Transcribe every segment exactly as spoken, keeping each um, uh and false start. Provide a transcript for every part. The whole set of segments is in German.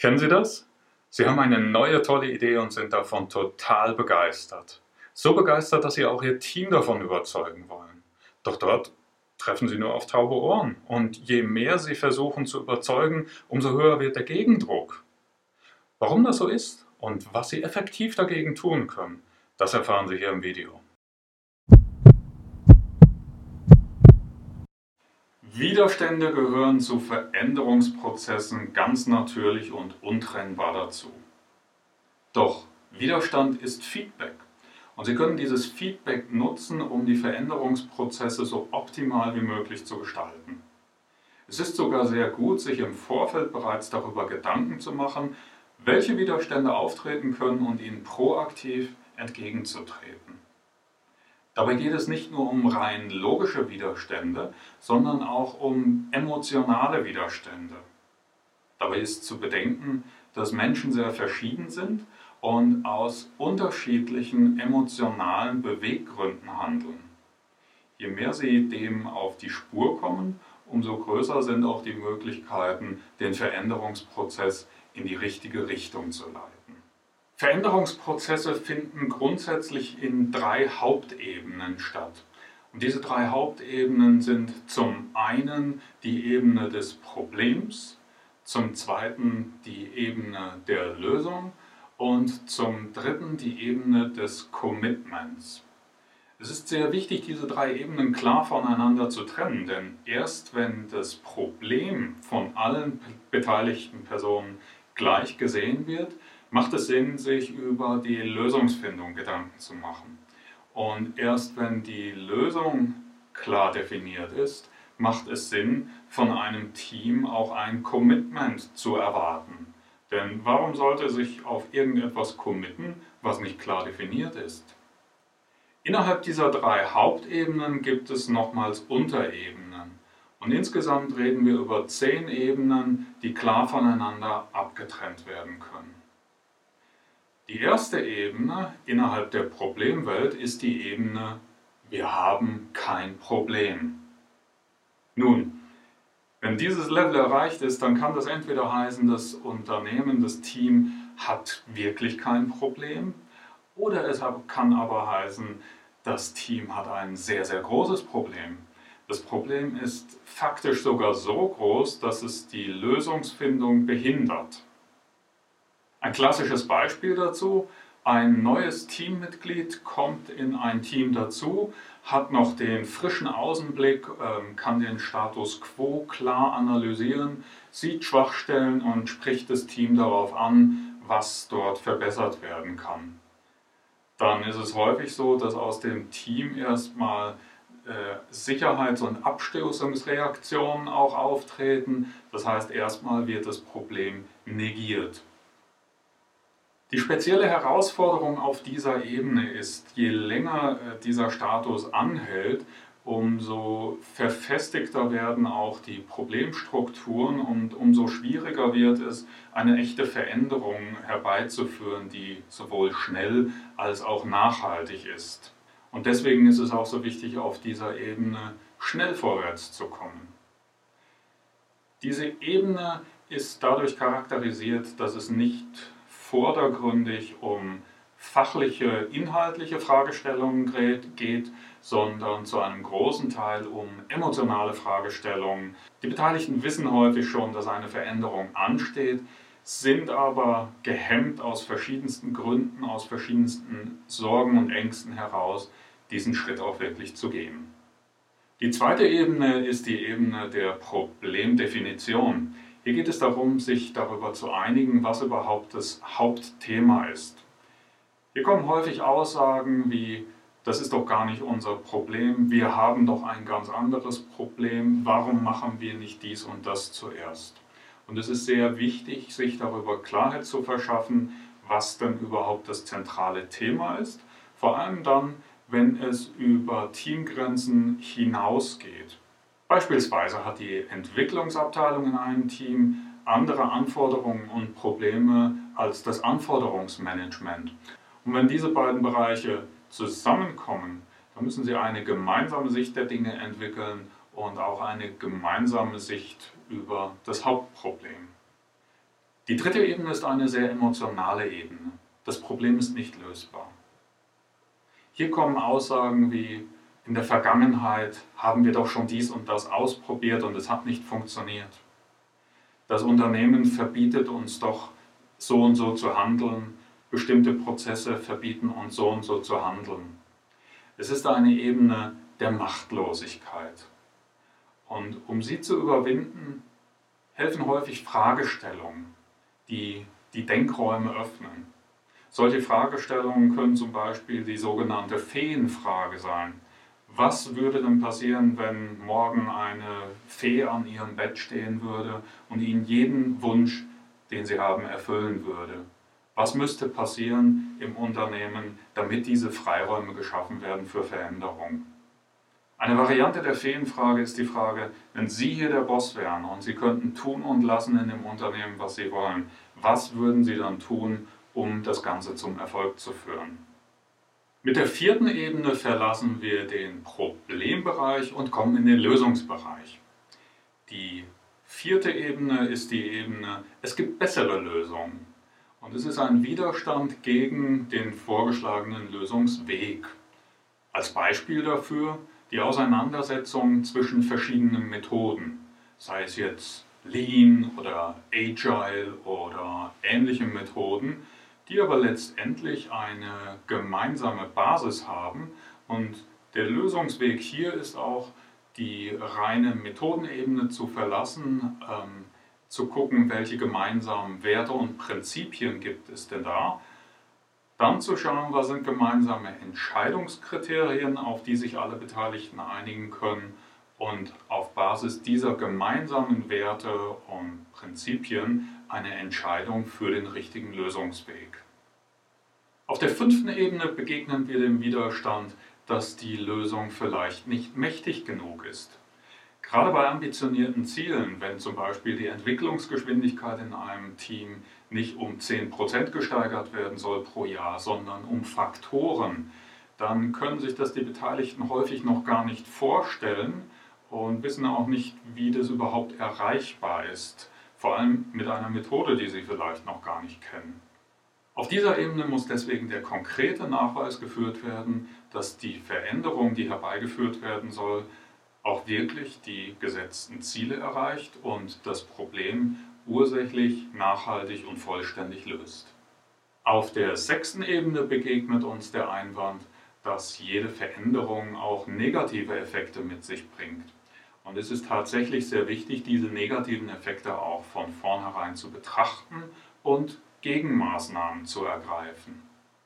Kennen Sie das? Sie haben eine neue tolle Idee und sind davon total begeistert. So begeistert, dass Sie auch Ihr Team davon überzeugen wollen. Doch dort treffen Sie nur auf taube Ohren. Und je mehr Sie versuchen zu überzeugen, umso höher wird der Gegendruck. Warum das so ist und was Sie effektiv dagegen tun können, das erfahren Sie hier im Video. Widerstände gehören zu Veränderungsprozessen ganz natürlich und untrennbar dazu. Doch Widerstand ist Feedback und Sie können dieses Feedback nutzen, um die Veränderungsprozesse so optimal wie möglich zu gestalten. Es ist sogar sehr gut, sich im Vorfeld bereits darüber Gedanken zu machen, welche Widerstände auftreten können und ihnen proaktiv entgegenzutreten. Dabei geht es nicht nur um rein logische Widerstände, sondern auch um emotionale Widerstände. Dabei ist zu bedenken, dass Menschen sehr verschieden sind und aus unterschiedlichen emotionalen Beweggründen handeln. Je mehr Sie dem auf die Spur kommen, umso größer sind auch die Möglichkeiten, den Veränderungsprozess in die richtige Richtung zu leiten. Veränderungsprozesse finden grundsätzlich in drei Hauptebenen statt. Und diese drei Hauptebenen sind zum einen die Ebene des Problems, zum zweiten die Ebene der Lösung und zum dritten die Ebene des Commitments. Es ist sehr wichtig, diese drei Ebenen klar voneinander zu trennen, denn erst wenn das Problem von allen beteiligten Personen gleich gesehen wird, macht es Sinn, sich über die Lösungsfindung Gedanken zu machen. Und erst wenn die Lösung klar definiert ist, macht es Sinn, von einem Team auch ein Commitment zu erwarten. Denn warum sollte sich auf irgendetwas committen, was nicht klar definiert ist? Innerhalb dieser drei Hauptebenen gibt es nochmals Unterebenen. Und insgesamt reden wir über zehn Ebenen, die klar voneinander abgetrennt werden können. Die erste Ebene innerhalb der Problemwelt ist die Ebene, wir haben kein Problem. Nun, wenn dieses Level erreicht ist, dann kann das entweder heißen, das Unternehmen, das Team hat wirklich kein Problem, oder es kann aber heißen, das Team hat ein sehr, sehr großes Problem. Das Problem ist faktisch sogar so groß, dass es die Lösungsfindung behindert. Ein klassisches Beispiel dazu: Ein neues Teammitglied kommt in ein Team dazu, hat noch den frischen Außenblick, kann den Status quo klar analysieren, sieht Schwachstellen und spricht das Team darauf an, was dort verbessert werden kann. Dann ist es häufig so, dass aus dem Team erstmal äh, Sicherheits- und Abstoßungsreaktionen auch auftreten. Das heißt, erstmal wird das Problem negiert. Die spezielle Herausforderung auf dieser Ebene ist, je länger äh, dieser Status anhält, umso verfestigter werden auch die Problemstrukturen und umso schwieriger wird es, eine echte Veränderung herbeizuführen, die sowohl schnell als auch nachhaltig ist. Und deswegen ist es auch so wichtig, auf dieser Ebene schnell vorwärts zu kommen. Diese Ebene ist dadurch charakterisiert, dass es nicht vordergründig um fachliche, inhaltliche Fragestellungen geht, sondern zu einem großen Teil um emotionale Fragestellungen. Die Beteiligten wissen häufig schon, dass eine Veränderung ansteht, sind aber gehemmt aus verschiedensten Gründen, aus verschiedensten Sorgen und Ängsten heraus, diesen Schritt auch wirklich zu gehen. Die zweite Ebene ist die Ebene der Problemdefinition. Hier geht es darum, sich darüber zu einigen, was überhaupt das Hauptthema ist. Hier kommen häufig Aussagen wie: Das ist doch gar nicht unser Problem, wir haben doch ein ganz anderes Problem, warum machen wir nicht dies und das zuerst? Und es ist sehr wichtig, sich darüber Klarheit zu verschaffen, was denn überhaupt das zentrale Thema ist, vor allem dann, wenn es über Teamgrenzen hinausgeht. Beispielsweise hat die Entwicklungsabteilung in einem Team andere Anforderungen und Probleme als das Anforderungsmanagement. Und wenn diese beiden Bereiche zusammenkommen, dann müssen sie eine gemeinsame Sicht der Dinge entwickeln und auch eine gemeinsame Sicht über das Hauptproblem. Die dritte Ebene ist eine sehr emotionale Ebene. Das Problem ist nicht lösbar. Hier kommen Aussagen wie: In der Vergangenheit haben wir doch schon dies und das ausprobiert und es hat nicht funktioniert. Das Unternehmen verbietet uns doch, so und so zu handeln. Bestimmte Prozesse verbieten uns, so und so zu handeln. Es ist eine Ebene der Machtlosigkeit. Und um sie zu überwinden, helfen häufig Fragestellungen, die die Denkräume öffnen. Solche Fragestellungen können zum Beispiel die sogenannte Feenfrage sein. Was würde denn passieren, wenn morgen eine Fee an ihrem Bett stehen würde und ihnen jeden Wunsch, den sie haben, erfüllen würde? Was müsste passieren im Unternehmen, damit diese Freiräume geschaffen werden für Veränderung? Eine Variante der Feenfrage ist die Frage: Wenn Sie hier der Boss wären und Sie könnten tun und lassen in dem Unternehmen, was Sie wollen, was würden Sie dann tun, um das Ganze zum Erfolg zu führen? Mit der vierten Ebene verlassen wir den Problembereich und kommen in den Lösungsbereich. Die vierte Ebene ist die Ebene: Es gibt bessere Lösungen. Und es ist ein Widerstand gegen den vorgeschlagenen Lösungsweg. Als Beispiel dafür die Auseinandersetzung zwischen verschiedenen Methoden, sei es jetzt Lean oder Agile oder ähnliche Methoden, die aber letztendlich eine gemeinsame Basis haben. Und der Lösungsweg hier ist auch, die reine Methodenebene zu verlassen, ähm, zu gucken, welche gemeinsamen Werte und Prinzipien gibt es denn da. Dann zu schauen, was sind gemeinsame Entscheidungskriterien, auf die sich alle Beteiligten einigen können, und auf Basis dieser gemeinsamen Werte und Prinzipien eine Entscheidung für den richtigen Lösungsweg. Auf der fünften Ebene begegnen wir dem Widerstand, dass die Lösung vielleicht nicht mächtig genug ist. Gerade bei ambitionierten Zielen, wenn zum Beispiel die Entwicklungsgeschwindigkeit in einem Team nicht um zehn Prozent gesteigert werden soll pro Jahr, sondern um Faktoren, dann können sich das die Beteiligten häufig noch gar nicht vorstellen und wissen auch nicht, wie das überhaupt erreichbar ist, vor allem mit einer Methode, die sie vielleicht noch gar nicht kennen. Auf dieser Ebene muss deswegen der konkrete Nachweis geführt werden, dass die Veränderung, die herbeigeführt werden soll, auch wirklich die gesetzten Ziele erreicht und das Problem ursächlich, nachhaltig und vollständig löst. Auf der sechsten Ebene begegnet uns der Einwand, dass jede Veränderung auch negative Effekte mit sich bringt. Und es ist tatsächlich sehr wichtig, diese negativen Effekte auch von vornherein zu betrachten und Gegenmaßnahmen zu ergreifen.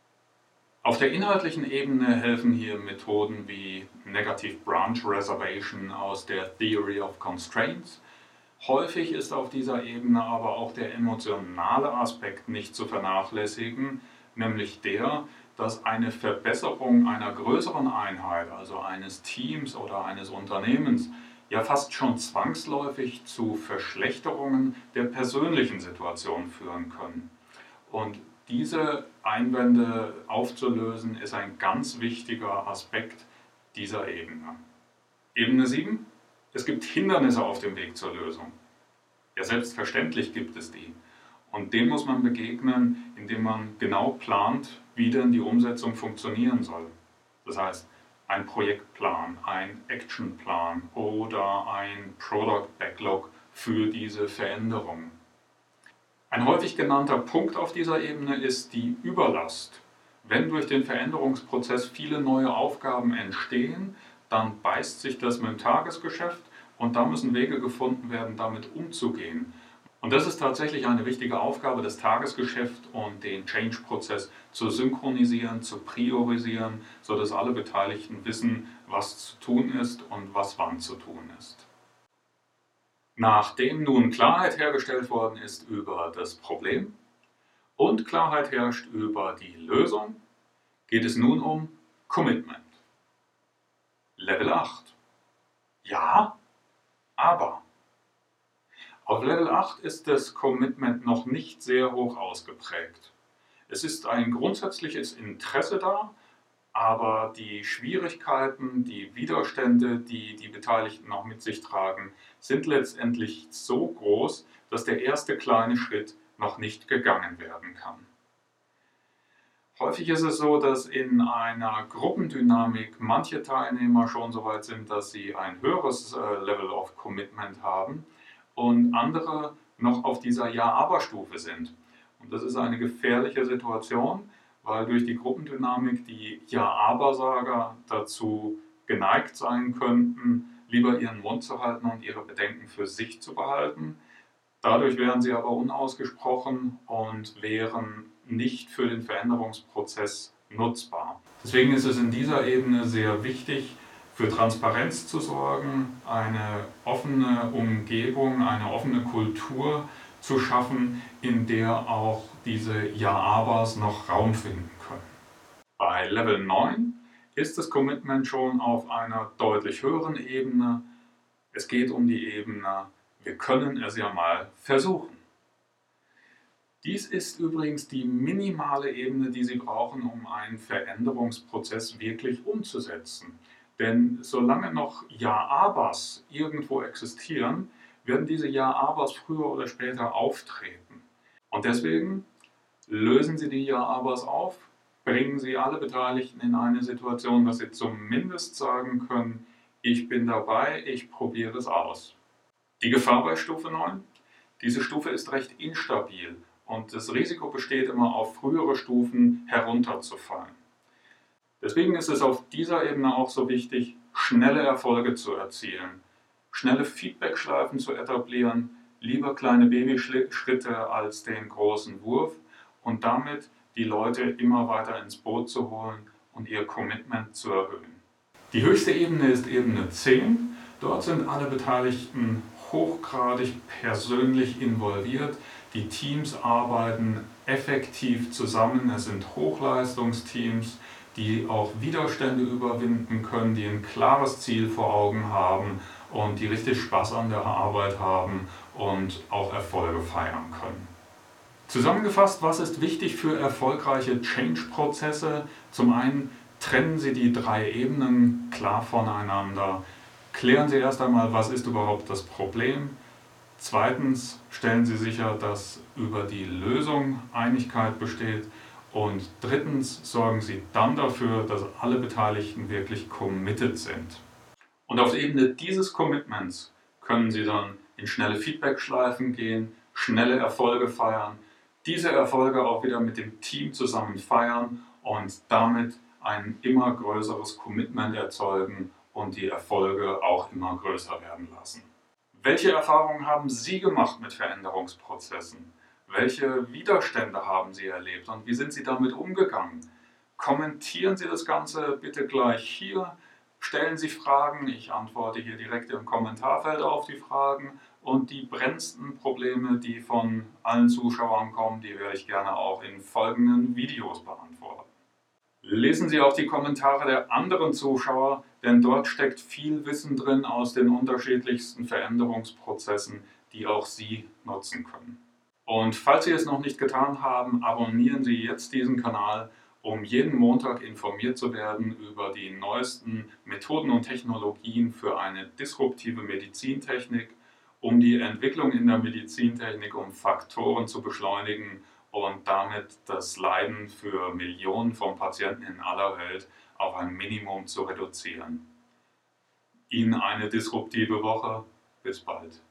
Auf der inhaltlichen Ebene helfen hier Methoden wie Negative Branch Reservation aus der Theory of Constraints. Häufig ist auf dieser Ebene aber auch der emotionale Aspekt nicht zu vernachlässigen, nämlich der, dass eine Verbesserung einer größeren Einheit, also eines Teams oder eines Unternehmens, ja fast schon zwangsläufig zu Verschlechterungen der persönlichen Situation führen können. Und diese Einwände aufzulösen, ist ein ganz wichtiger Aspekt dieser Ebene. Ebene sieben. Es gibt Hindernisse auf dem Weg zur Lösung. Ja, selbstverständlich gibt es die. Und dem muss man begegnen, indem man genau plant, wie denn die Umsetzung funktionieren soll. Das heißt, ein Projektplan, ein Actionplan oder ein Product Backlog für diese Veränderung. Ein häufig genannter Punkt auf dieser Ebene ist die Überlast. Wenn durch den Veränderungsprozess viele neue Aufgaben entstehen, dann beißt sich das mit dem Tagesgeschäft und da müssen Wege gefunden werden, damit umzugehen. Und das ist tatsächlich eine wichtige Aufgabe, das Tagesgeschäft und den Change-Prozess zu synchronisieren, zu priorisieren, sodass alle Beteiligten wissen, was zu tun ist und was wann zu tun ist. Nachdem nun Klarheit hergestellt worden ist über das Problem und Klarheit herrscht über die Lösung, geht es nun um Commitment. Level acht. Ja, aber. Auf Level acht ist das Commitment noch nicht sehr hoch ausgeprägt. Es ist ein grundsätzliches Interesse da, aber die Schwierigkeiten, die Widerstände, die die Beteiligten auch mit sich tragen, sind letztendlich so groß, dass der erste kleine Schritt noch nicht gegangen werden kann. Häufig ist es so, dass in einer Gruppendynamik manche Teilnehmer schon so weit sind, dass sie ein höheres äh, Level of Commitment haben und andere noch auf dieser Ja-Aber-Stufe sind. Und das ist eine gefährliche Situation, weil durch die Gruppendynamik die Ja-Aber-Sager dazu geneigt sein könnten, lieber ihren Mund zu halten und ihre Bedenken für sich zu behalten. Dadurch wären sie aber unausgesprochen und wären nicht für den Veränderungsprozess nutzbar. Deswegen ist es in dieser Ebene sehr wichtig, für Transparenz zu sorgen, eine offene Umgebung, eine offene Kultur zu schaffen, in der auch diese Ja-Abers noch Raum finden können. Bei Level neun ist das Commitment schon auf einer deutlich höheren Ebene. Es geht um die Ebene, wir können es ja mal versuchen. Dies ist übrigens die minimale Ebene, die Sie brauchen, um einen Veränderungsprozess wirklich umzusetzen. Denn solange noch Ja-Abers irgendwo existieren, werden diese Ja-Abers früher oder später auftreten. Und deswegen lösen Sie die Ja-Abers auf, bringen Sie alle Beteiligten in eine Situation, dass Sie zumindest sagen können, ich bin dabei, ich probiere es aus. Die Gefahr bei Stufe neun? Diese Stufe ist recht instabil und das Risiko besteht immer, auf frühere Stufen herunterzufallen. Deswegen ist es auf dieser Ebene auch so wichtig, schnelle Erfolge zu erzielen, schnelle Feedbackschleifen zu etablieren, lieber kleine Babyschritte als den großen Wurf und damit die Leute immer weiter ins Boot zu holen und ihr Commitment zu erhöhen. Die höchste Ebene ist Ebene zehn. Dort sind alle Beteiligten hochgradig persönlich involviert. Die Teams arbeiten effektiv zusammen. Es sind Hochleistungsteams, die auch Widerstände überwinden können, die ein klares Ziel vor Augen haben und die richtig Spaß an der Arbeit haben und auch Erfolge feiern können. Zusammengefasst, was ist wichtig für erfolgreiche Change-Prozesse? Zum einen trennen Sie die drei Ebenen klar voneinander. Klären Sie erst einmal, was ist überhaupt das Problem. Zweitens stellen Sie sicher, dass über die Lösung Einigkeit besteht. Und drittens sorgen Sie dann dafür, dass alle Beteiligten wirklich committed sind. Und auf der Ebene dieses Commitments können Sie dann in schnelle Feedbackschleifen gehen, schnelle Erfolge feiern, diese Erfolge auch wieder mit dem Team zusammen feiern und damit ein immer größeres Commitment erzeugen und die Erfolge auch immer größer werden lassen. Welche Erfahrungen haben Sie gemacht mit Veränderungsprozessen? Welche Widerstände haben Sie erlebt und wie sind Sie damit umgegangen? Kommentieren Sie das Ganze bitte gleich hier. Stellen Sie Fragen, ich antworte hier direkt im Kommentarfeld auf die Fragen und die brennendsten Probleme, die von allen Zuschauern kommen, die werde ich gerne auch in folgenden Videos beantworten. Lesen Sie auch die Kommentare der anderen Zuschauer, denn dort steckt viel Wissen drin aus den unterschiedlichsten Veränderungsprozessen, die auch Sie nutzen können. Und falls Sie es noch nicht getan haben, abonnieren Sie jetzt diesen Kanal, um jeden Montag informiert zu werden über die neuesten Methoden und Technologien für eine disruptive Medizintechnik, um die Entwicklung in der Medizintechnik um Faktoren zu beschleunigen und damit das Leiden für Millionen von Patienten in aller Welt auf ein Minimum zu reduzieren. Ihnen eine disruptive Woche. Bis bald.